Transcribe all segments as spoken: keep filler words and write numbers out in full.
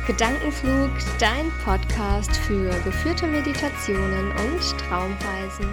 Gedankenflug, dein Podcast für geführte Meditationen und Traumreisen.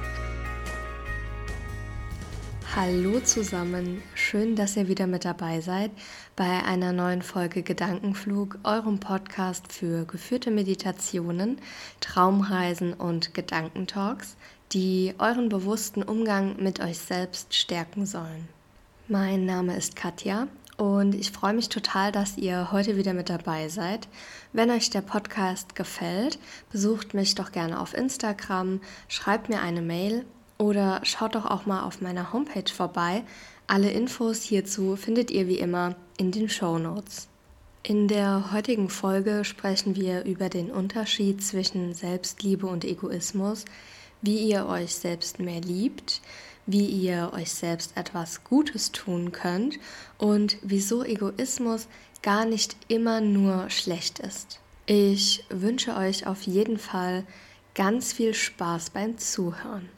Hallo zusammen, schön, dass ihr wieder mit dabei seid bei einer neuen Folge Gedankenflug, eurem Podcast für geführte Meditationen, Traumreisen und Gedankentalks, die euren bewussten Umgang mit euch selbst stärken sollen. Mein Name ist Katja. Und ich freue mich total, dass ihr heute wieder mit dabei seid. Wenn euch der Podcast gefällt, besucht mich doch gerne auf Instagram, schreibt mir eine Mail oder schaut doch auch mal auf meiner Homepage vorbei. Alle Infos hierzu findet ihr wie immer in den Shownotes. In der heutigen Folge sprechen wir über den Unterschied zwischen Selbstliebe und Egoismus, wie ihr euch selbst mehr liebt, wie ihr euch selbst etwas Gutes tun könnt und wieso Egoismus gar nicht immer nur schlecht ist. Ich wünsche euch auf jeden Fall ganz viel Spaß beim Zuhören.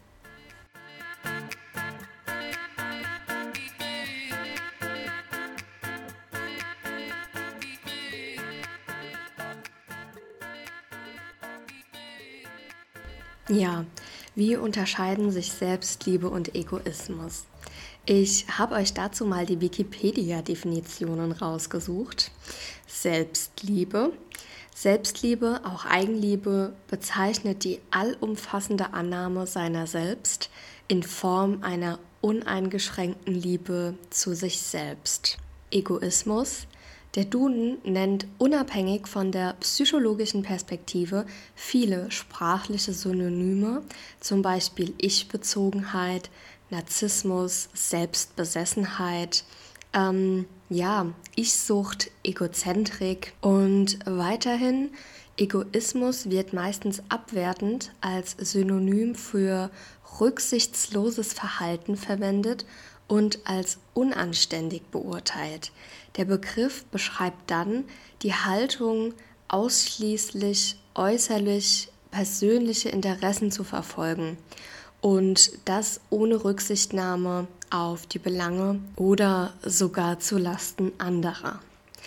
Ja, wie unterscheiden sich Selbstliebe und Egoismus? Ich habe euch dazu mal die Wikipedia-Definitionen rausgesucht. Selbstliebe. Selbstliebe, auch Eigenliebe, bezeichnet die allumfassende Annahme seiner selbst in Form einer uneingeschränkten Liebe zu sich selbst. Egoismus. Der Duden nennt unabhängig von der psychologischen Perspektive viele sprachliche Synonyme, zum Beispiel Ich-Bezogenheit, Narzissmus, Selbstbesessenheit, ähm, ja, Ich-Sucht, Egozentrik und weiterhin Egoismus wird meistens abwertend als Synonym für rücksichtsloses Verhalten verwendet und als unanständig beurteilt. Der Begriff beschreibt dann die Haltung, ausschließlich äußerlich persönliche Interessen zu verfolgen und das ohne Rücksichtnahme auf die Belange oder sogar zu Lasten anderer.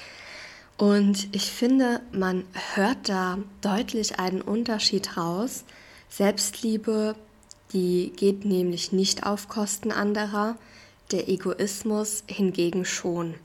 Und ich finde, man hört da deutlich einen Unterschied raus. Selbstliebe, die geht nämlich nicht auf Kosten anderer, der Egoismus hingegen schon.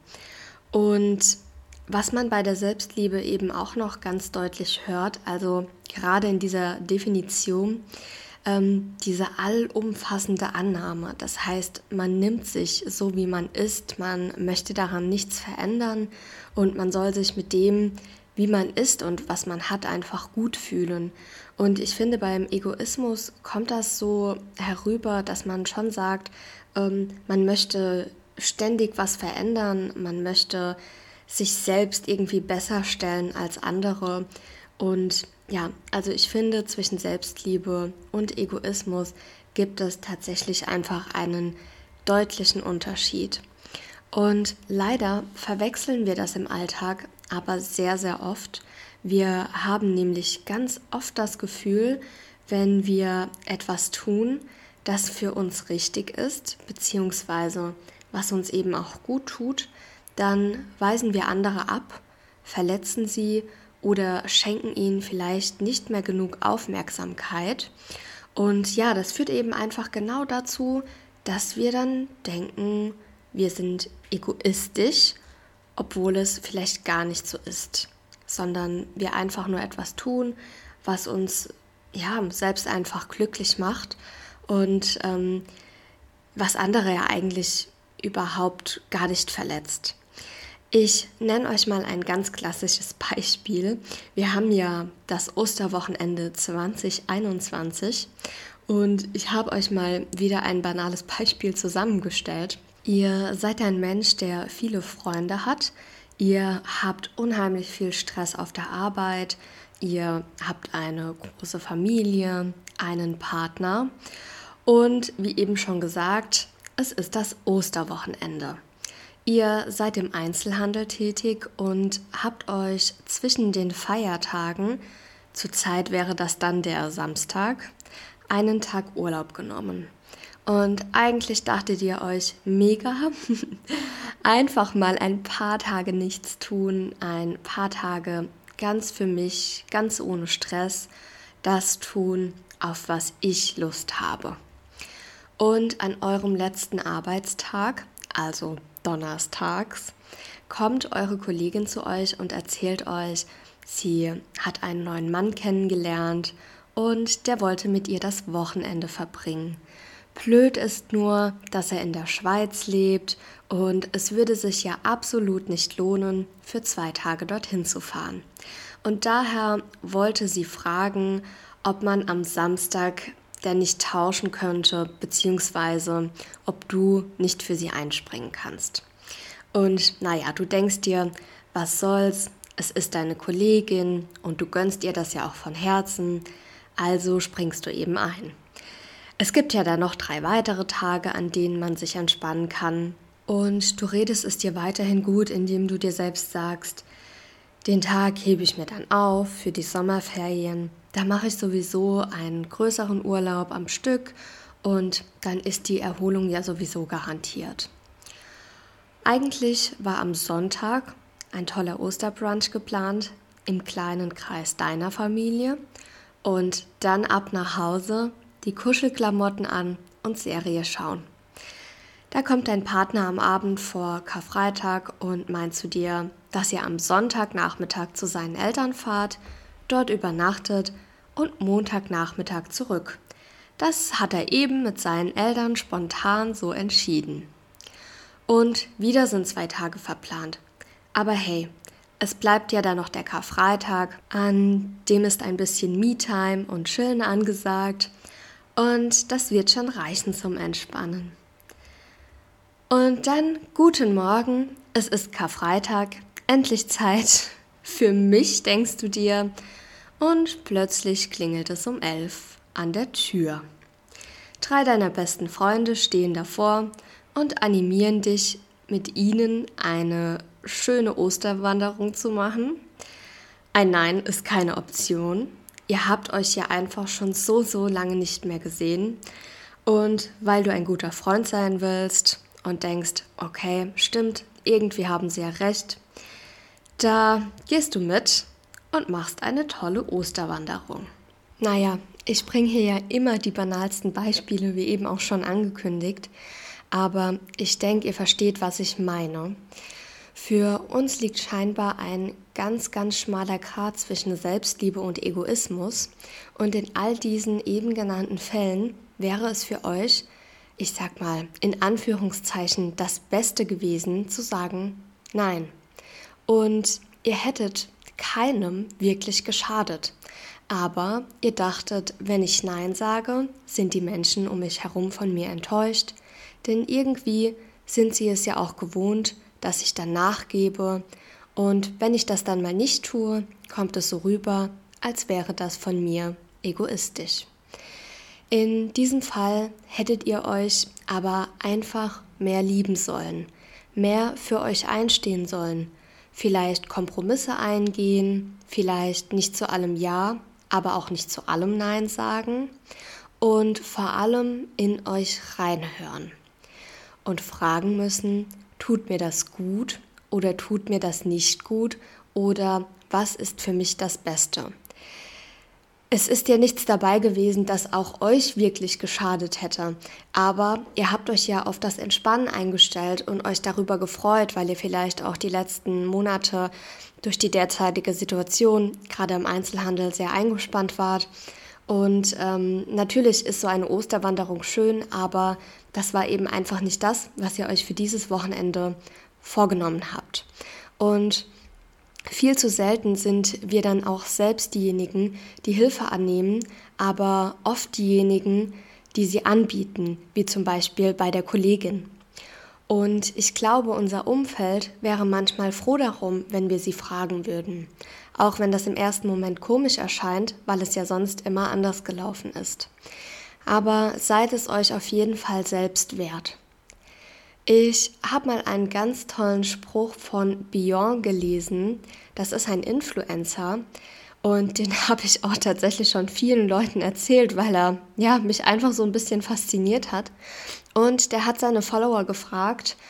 Und was man bei der Selbstliebe eben auch noch ganz deutlich hört, also gerade in dieser Definition, ähm, diese allumfassende Annahme. Das heißt, man nimmt sich so, wie man ist, man möchte daran nichts verändern und man soll sich mit dem, wie man ist und was man hat, einfach gut fühlen. Und ich finde, beim Egoismus kommt das so herüber, dass man schon sagt, ähm, man möchte ständig was verändern, man möchte sich selbst irgendwie besser stellen als andere. Und ja, also ich finde, zwischen Selbstliebe und Egoismus gibt es tatsächlich einfach einen deutlichen Unterschied. Und leider verwechseln wir das im Alltag aber sehr, sehr oft. Wir haben nämlich ganz oft das Gefühl, wenn wir etwas tun, das für uns richtig ist, beziehungsweise was uns eben auch gut tut, dann weisen wir andere ab, verletzen sie oder schenken ihnen vielleicht nicht mehr genug Aufmerksamkeit. Und ja, das führt eben einfach genau dazu, dass wir dann denken, wir sind egoistisch, obwohl es vielleicht gar nicht so ist, sondern wir einfach nur etwas tun, was uns ja selbst einfach glücklich macht und ähm, was andere ja eigentlich überhaupt gar nicht verletzt. Ich nenne euch mal ein ganz klassisches Beispiel. Wir haben ja das Osterwochenende zwanzig einundzwanzig und ich habe euch mal wieder ein banales Beispiel zusammengestellt. Ihr seid ein Mensch, der viele Freunde hat. Ihr habt unheimlich viel Stress auf der Arbeit. Ihr habt eine große Familie, einen Partner und wie eben schon gesagt, es ist das Osterwochenende. Ihr seid im Einzelhandel tätig und habt euch zwischen den Feiertagen, zurzeit wäre das dann der Samstag, einen Tag Urlaub genommen. Und eigentlich dachtet ihr euch, mega, Einfach mal ein paar Tage nichts tun, ein paar Tage ganz für mich, ganz ohne Stress, das tun, auf was ich Lust habe. Und an eurem letzten Arbeitstag, also donnerstags, kommt eure Kollegin zu euch und erzählt euch, sie hat einen neuen Mann kennengelernt und der wollte mit ihr das Wochenende verbringen. Blöd ist nur, dass er in der Schweiz lebt und es würde sich ja absolut nicht lohnen, für zwei Tage dorthin zu fahren. Und daher wollte sie fragen, ob man am Samstag denn nicht tauschen könnte, beziehungsweise ob du nicht für sie einspringen kannst. Und naja, du denkst dir, was soll's, es ist deine Kollegin und du gönnst ihr das ja auch von Herzen, also springst du eben ein. Es gibt ja dann noch drei weitere Tage, an denen man sich entspannen kann. Und du redest es dir weiterhin gut, indem du dir selbst sagst, den Tag hebe ich mir dann auf für die Sommerferien. Da mache ich sowieso einen größeren Urlaub am Stück und dann ist die Erholung ja sowieso garantiert. Eigentlich war am Sonntag ein toller Osterbrunch geplant im kleinen Kreis deiner Familie und dann ab nach Hause, die Kuschelklamotten an und Serie schauen. Da kommt dein Partner am Abend vor Karfreitag und meint zu dir, dass ihr am Sonntagnachmittag zu seinen Eltern fahrt, dort übernachtet und Montagnachmittag zurück. Das hat er eben mit seinen Eltern spontan so entschieden. Und wieder sind zwei Tage verplant. Aber hey, es bleibt ja dann noch der Karfreitag, an dem ist ein bisschen Me-Time und Chillen angesagt. Und das wird schon reichen zum Entspannen. Und dann guten Morgen, es ist Karfreitag, endlich Zeit für mich, denkst du dir. Und plötzlich klingelt es um elf an der Tür. Drei deiner besten Freunde stehen davor und animieren dich, mit ihnen eine schöne Osterwanderung zu machen. Ein Nein ist keine Option. Ihr habt euch ja einfach schon so, so lange nicht mehr gesehen. Und weil du ein guter Freund sein willst und denkst, okay, stimmt, irgendwie haben sie ja recht, da gehst du mit und machst eine tolle Osterwanderung. Naja, ich bringe hier ja immer die banalsten Beispiele, wie eben auch schon angekündigt, aber ich denke, ihr versteht, was ich meine. Für uns liegt scheinbar ein ganz, ganz schmaler Grat zwischen Selbstliebe und Egoismus und in all diesen eben genannten Fällen wäre es für euch, ich sag mal, in Anführungszeichen das Beste gewesen, zu sagen, nein. Und ihr hättet keinem wirklich geschadet. Aber ihr dachtet, wenn ich Nein sage, sind die Menschen um mich herum von mir enttäuscht, denn irgendwie sind sie es ja auch gewohnt, dass ich dann nachgebe und wenn ich das dann mal nicht tue, kommt es so rüber, als wäre das von mir egoistisch. In diesem Fall hättet ihr euch aber einfach mehr lieben sollen, mehr für euch einstehen sollen, vielleicht Kompromisse eingehen, vielleicht nicht zu allem Ja, aber auch nicht zu allem Nein sagen und vor allem in euch reinhören und fragen müssen, tut mir das gut oder tut mir das nicht gut oder was ist für mich das Beste? Es ist ja nichts dabei gewesen, das auch euch wirklich geschadet hätte, aber ihr habt euch ja auf das Entspannen eingestellt und euch darüber gefreut, weil ihr vielleicht auch die letzten Monate durch die derzeitige Situation, gerade im Einzelhandel, sehr eingespannt wart. Und ähm, natürlich ist so eine Osterwanderung schön, aber das war eben einfach nicht das, was ihr euch für dieses Wochenende vorgenommen habt. Und viel zu selten sind wir dann auch selbst diejenigen, die Hilfe annehmen, aber oft diejenigen, die sie anbieten, wie zum Beispiel bei der Kollegin. Und ich glaube, unser Umfeld wäre manchmal froh darum, wenn wir sie fragen würden, auch wenn das im ersten Moment komisch erscheint, weil es ja sonst immer anders gelaufen ist. Aber seid es euch auf jeden Fall selbst wert. Ich habe mal einen ganz tollen Spruch von Björn gelesen. Das ist ein Influencer und den habe ich auch tatsächlich schon vielen Leuten erzählt, weil er ja, mich einfach so ein bisschen fasziniert hat. Und der hat seine Follower gefragt,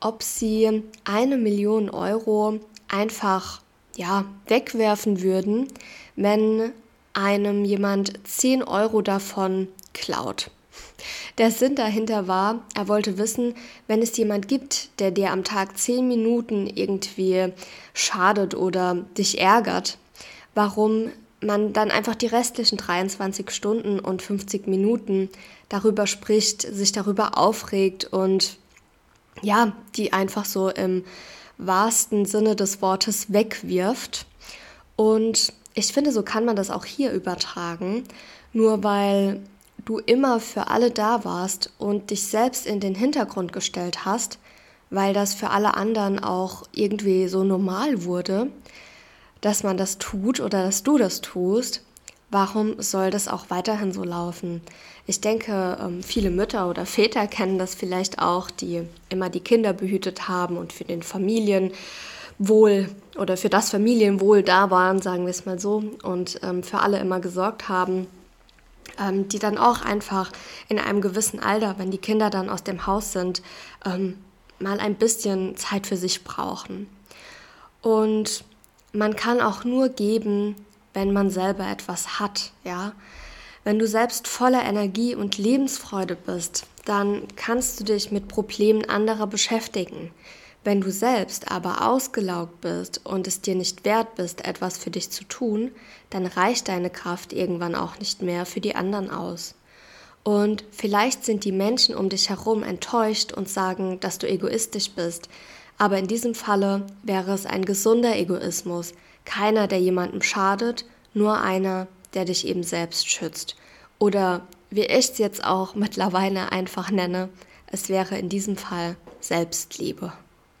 ob sie eine Million Euro einfach ja, wegwerfen würden, wenn einem jemand zehn Euro davon klaut. Der Sinn dahinter war, er wollte wissen, wenn es jemand gibt, der dir am Tag zehn Minuten irgendwie schadet oder dich ärgert, warum man dann einfach die restlichen dreiundzwanzig Stunden und fünfzig Minuten darüber spricht, sich darüber aufregt und ja, die einfach so im wahrsten Sinne des Wortes wegwirft. Und ich finde, so kann man das auch hier übertragen, nur weil du immer für alle da warst und dich selbst in den Hintergrund gestellt hast, weil das für alle anderen auch irgendwie so normal wurde, dass man das tut oder dass du das tust, warum soll das auch weiterhin so laufen? Ich denke, viele Mütter oder Väter kennen das vielleicht auch, die immer die Kinder behütet haben und für den Familienwohl oder für das Familienwohl da waren, sagen wir es mal so, und für alle immer gesorgt haben, die dann auch einfach in einem gewissen Alter, wenn die Kinder dann aus dem Haus sind, mal ein bisschen Zeit für sich brauchen. Und man kann auch nur geben, wenn man selber etwas hat, ja. Wenn du selbst voller Energie und Lebensfreude bist, dann kannst du dich mit Problemen anderer beschäftigen. Wenn du selbst aber ausgelaugt bist und es dir nicht wert bist, etwas für dich zu tun, dann reicht deine Kraft irgendwann auch nicht mehr für die anderen aus. Und vielleicht sind die Menschen um dich herum enttäuscht und sagen, dass du egoistisch bist, aber in diesem Falle wäre es ein gesunder Egoismus, keiner, der jemandem schadet, nur einer, der dich eben selbst schützt. Oder wie ich es jetzt auch mittlerweile einfach nenne, es wäre in diesem Fall Selbstliebe.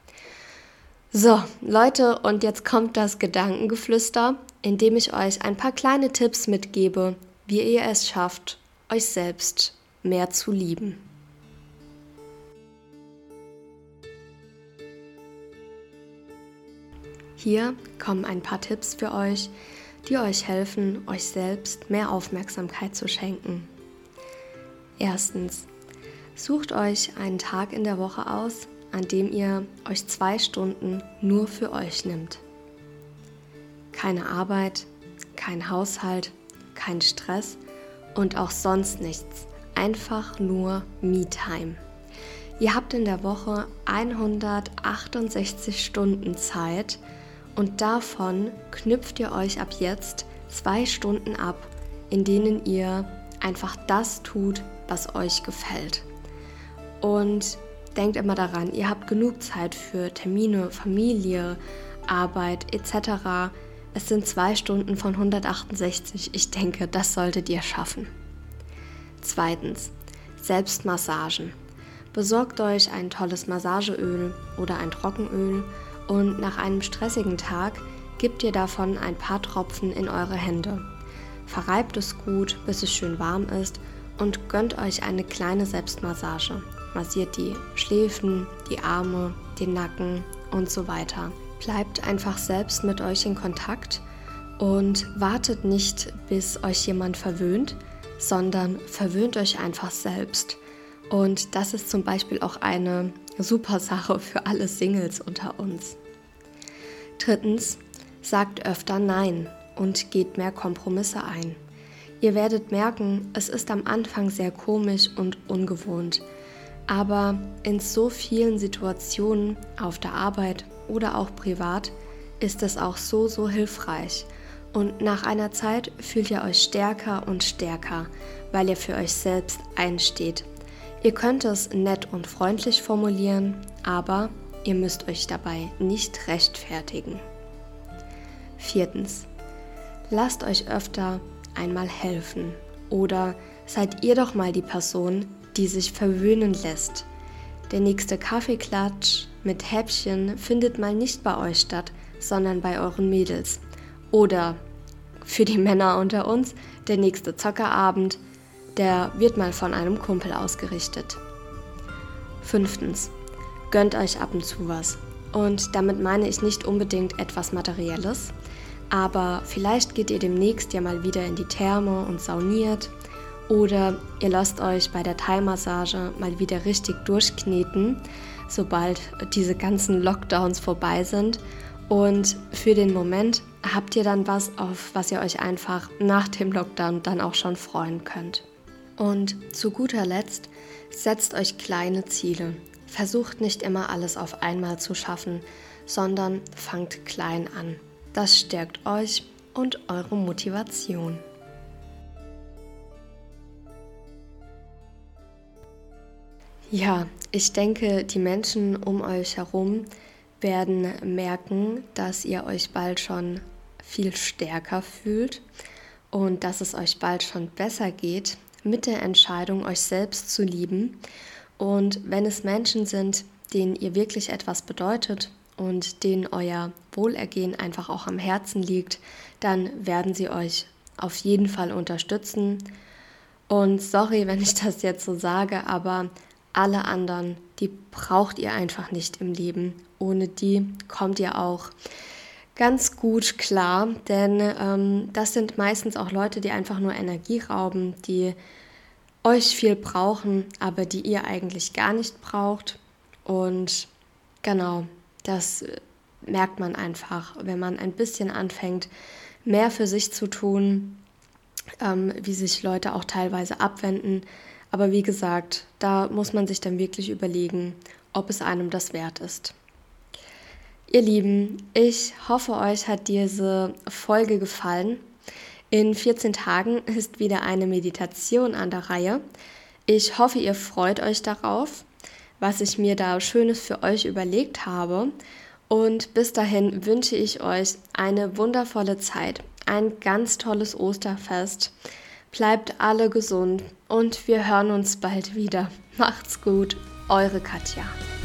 So, Leute, und jetzt kommt das Gedankengeflüster, in dem ich euch ein paar kleine Tipps mitgebe, wie ihr es schafft, euch selbst mehr zu lieben. Hier kommen ein paar Tipps für euch, die euch helfen, euch selbst mehr Aufmerksamkeit zu schenken. Erstens, sucht euch einen Tag in der Woche aus, an dem ihr euch zwei Stunden nur für euch nimmt. Keine Arbeit, kein Haushalt, kein Stress und auch sonst nichts. Einfach nur Me-Time. Ihr habt in der Woche hundertachtundsechzig Stunden Zeit und davon knüpft ihr euch ab jetzt zwei Stunden ab, in denen ihr einfach das tut, was euch gefällt. Und denkt immer daran, ihr habt genug Zeit für Termine, Familie, Arbeit et cetera. Es sind zwei Stunden von hundertachtundsechzig. Ich denke, das solltet ihr schaffen. Zweitens, Selbstmassagen. Besorgt euch ein tolles Massageöl oder ein Trockenöl und nach einem stressigen Tag gebt ihr davon ein paar Tropfen in eure Hände. Verreibt es gut, bis es schön warm ist und gönnt euch eine kleine Selbstmassage. Massiert die Schläfen, die Arme, den Nacken und so weiter. Bleibt einfach selbst mit euch in Kontakt und wartet nicht, bis euch jemand verwöhnt, sondern verwöhnt euch einfach selbst. Und das ist zum Beispiel auch eine super Sache für alle Singles unter uns. Drittens, sagt öfter Nein und geht mehr Kompromisse ein. Ihr werdet merken, es ist am Anfang sehr komisch und ungewohnt, aber in so vielen Situationen auf der Arbeit oder auch privat ist es auch so, so hilfreich. Und nach einer Zeit fühlt ihr euch stärker und stärker, weil ihr für euch selbst einsteht. Ihr könnt es nett und freundlich formulieren, aber ihr müsst euch dabei nicht rechtfertigen. Viertens, lasst euch öfter einmal helfen oder seid ihr doch mal die Person, die sich verwöhnen lässt. Der nächste Kaffeeklatsch mit Häppchen findet mal nicht bei euch statt, sondern bei euren Mädels. Oder für die Männer unter uns, der nächste Zockerabend, der wird mal von einem Kumpel ausgerichtet. Fünftens, gönnt euch ab und zu was. Und damit meine ich nicht unbedingt etwas Materielles, aber vielleicht geht ihr demnächst ja mal wieder in die Therme und sauniert Oder ihr lasst euch bei der Thai-Massage mal wieder richtig durchkneten, sobald diese ganzen Lockdowns vorbei sind. Und für den Moment habt ihr dann was, auf was ihr euch einfach nach dem Lockdown dann auch schon freuen könnt. Und zu guter Letzt, setzt euch kleine Ziele. Versucht nicht immer alles auf einmal zu schaffen, sondern fangt klein an. Das stärkt euch und eure Motivation. Ja, ich denke, die Menschen um euch herum werden merken, dass ihr euch bald schon viel stärker fühlt und dass es euch bald schon besser geht mit der Entscheidung, euch selbst zu lieben. Und wenn es Menschen sind, denen ihr wirklich etwas bedeutet und denen euer Wohlergehen einfach auch am Herzen liegt, dann werden sie euch auf jeden Fall unterstützen. Und sorry, wenn ich das jetzt so sage, aber alle anderen, die braucht ihr einfach nicht im Leben. Ohne die kommt ihr auch ganz gut klar, denn ähm, das sind meistens auch Leute, die einfach nur Energie rauben, die euch viel brauchen, aber die ihr eigentlich gar nicht braucht. Und genau, das merkt man einfach, wenn man ein bisschen anfängt, mehr für sich zu tun, ähm, wie sich Leute auch teilweise abwenden. Aber wie gesagt, da muss man sich dann wirklich überlegen, ob es einem das wert ist. Ihr Lieben, ich hoffe, euch hat diese Folge gefallen. In vierzehn Tagen ist wieder eine Meditation an der Reihe. Ich hoffe, ihr freut euch darauf, was ich mir da Schönes für euch überlegt habe. Und bis dahin wünsche ich euch eine wundervolle Zeit, ein ganz tolles Osterfest. Bleibt alle gesund und wir hören uns bald wieder. Macht's gut, eure Katja.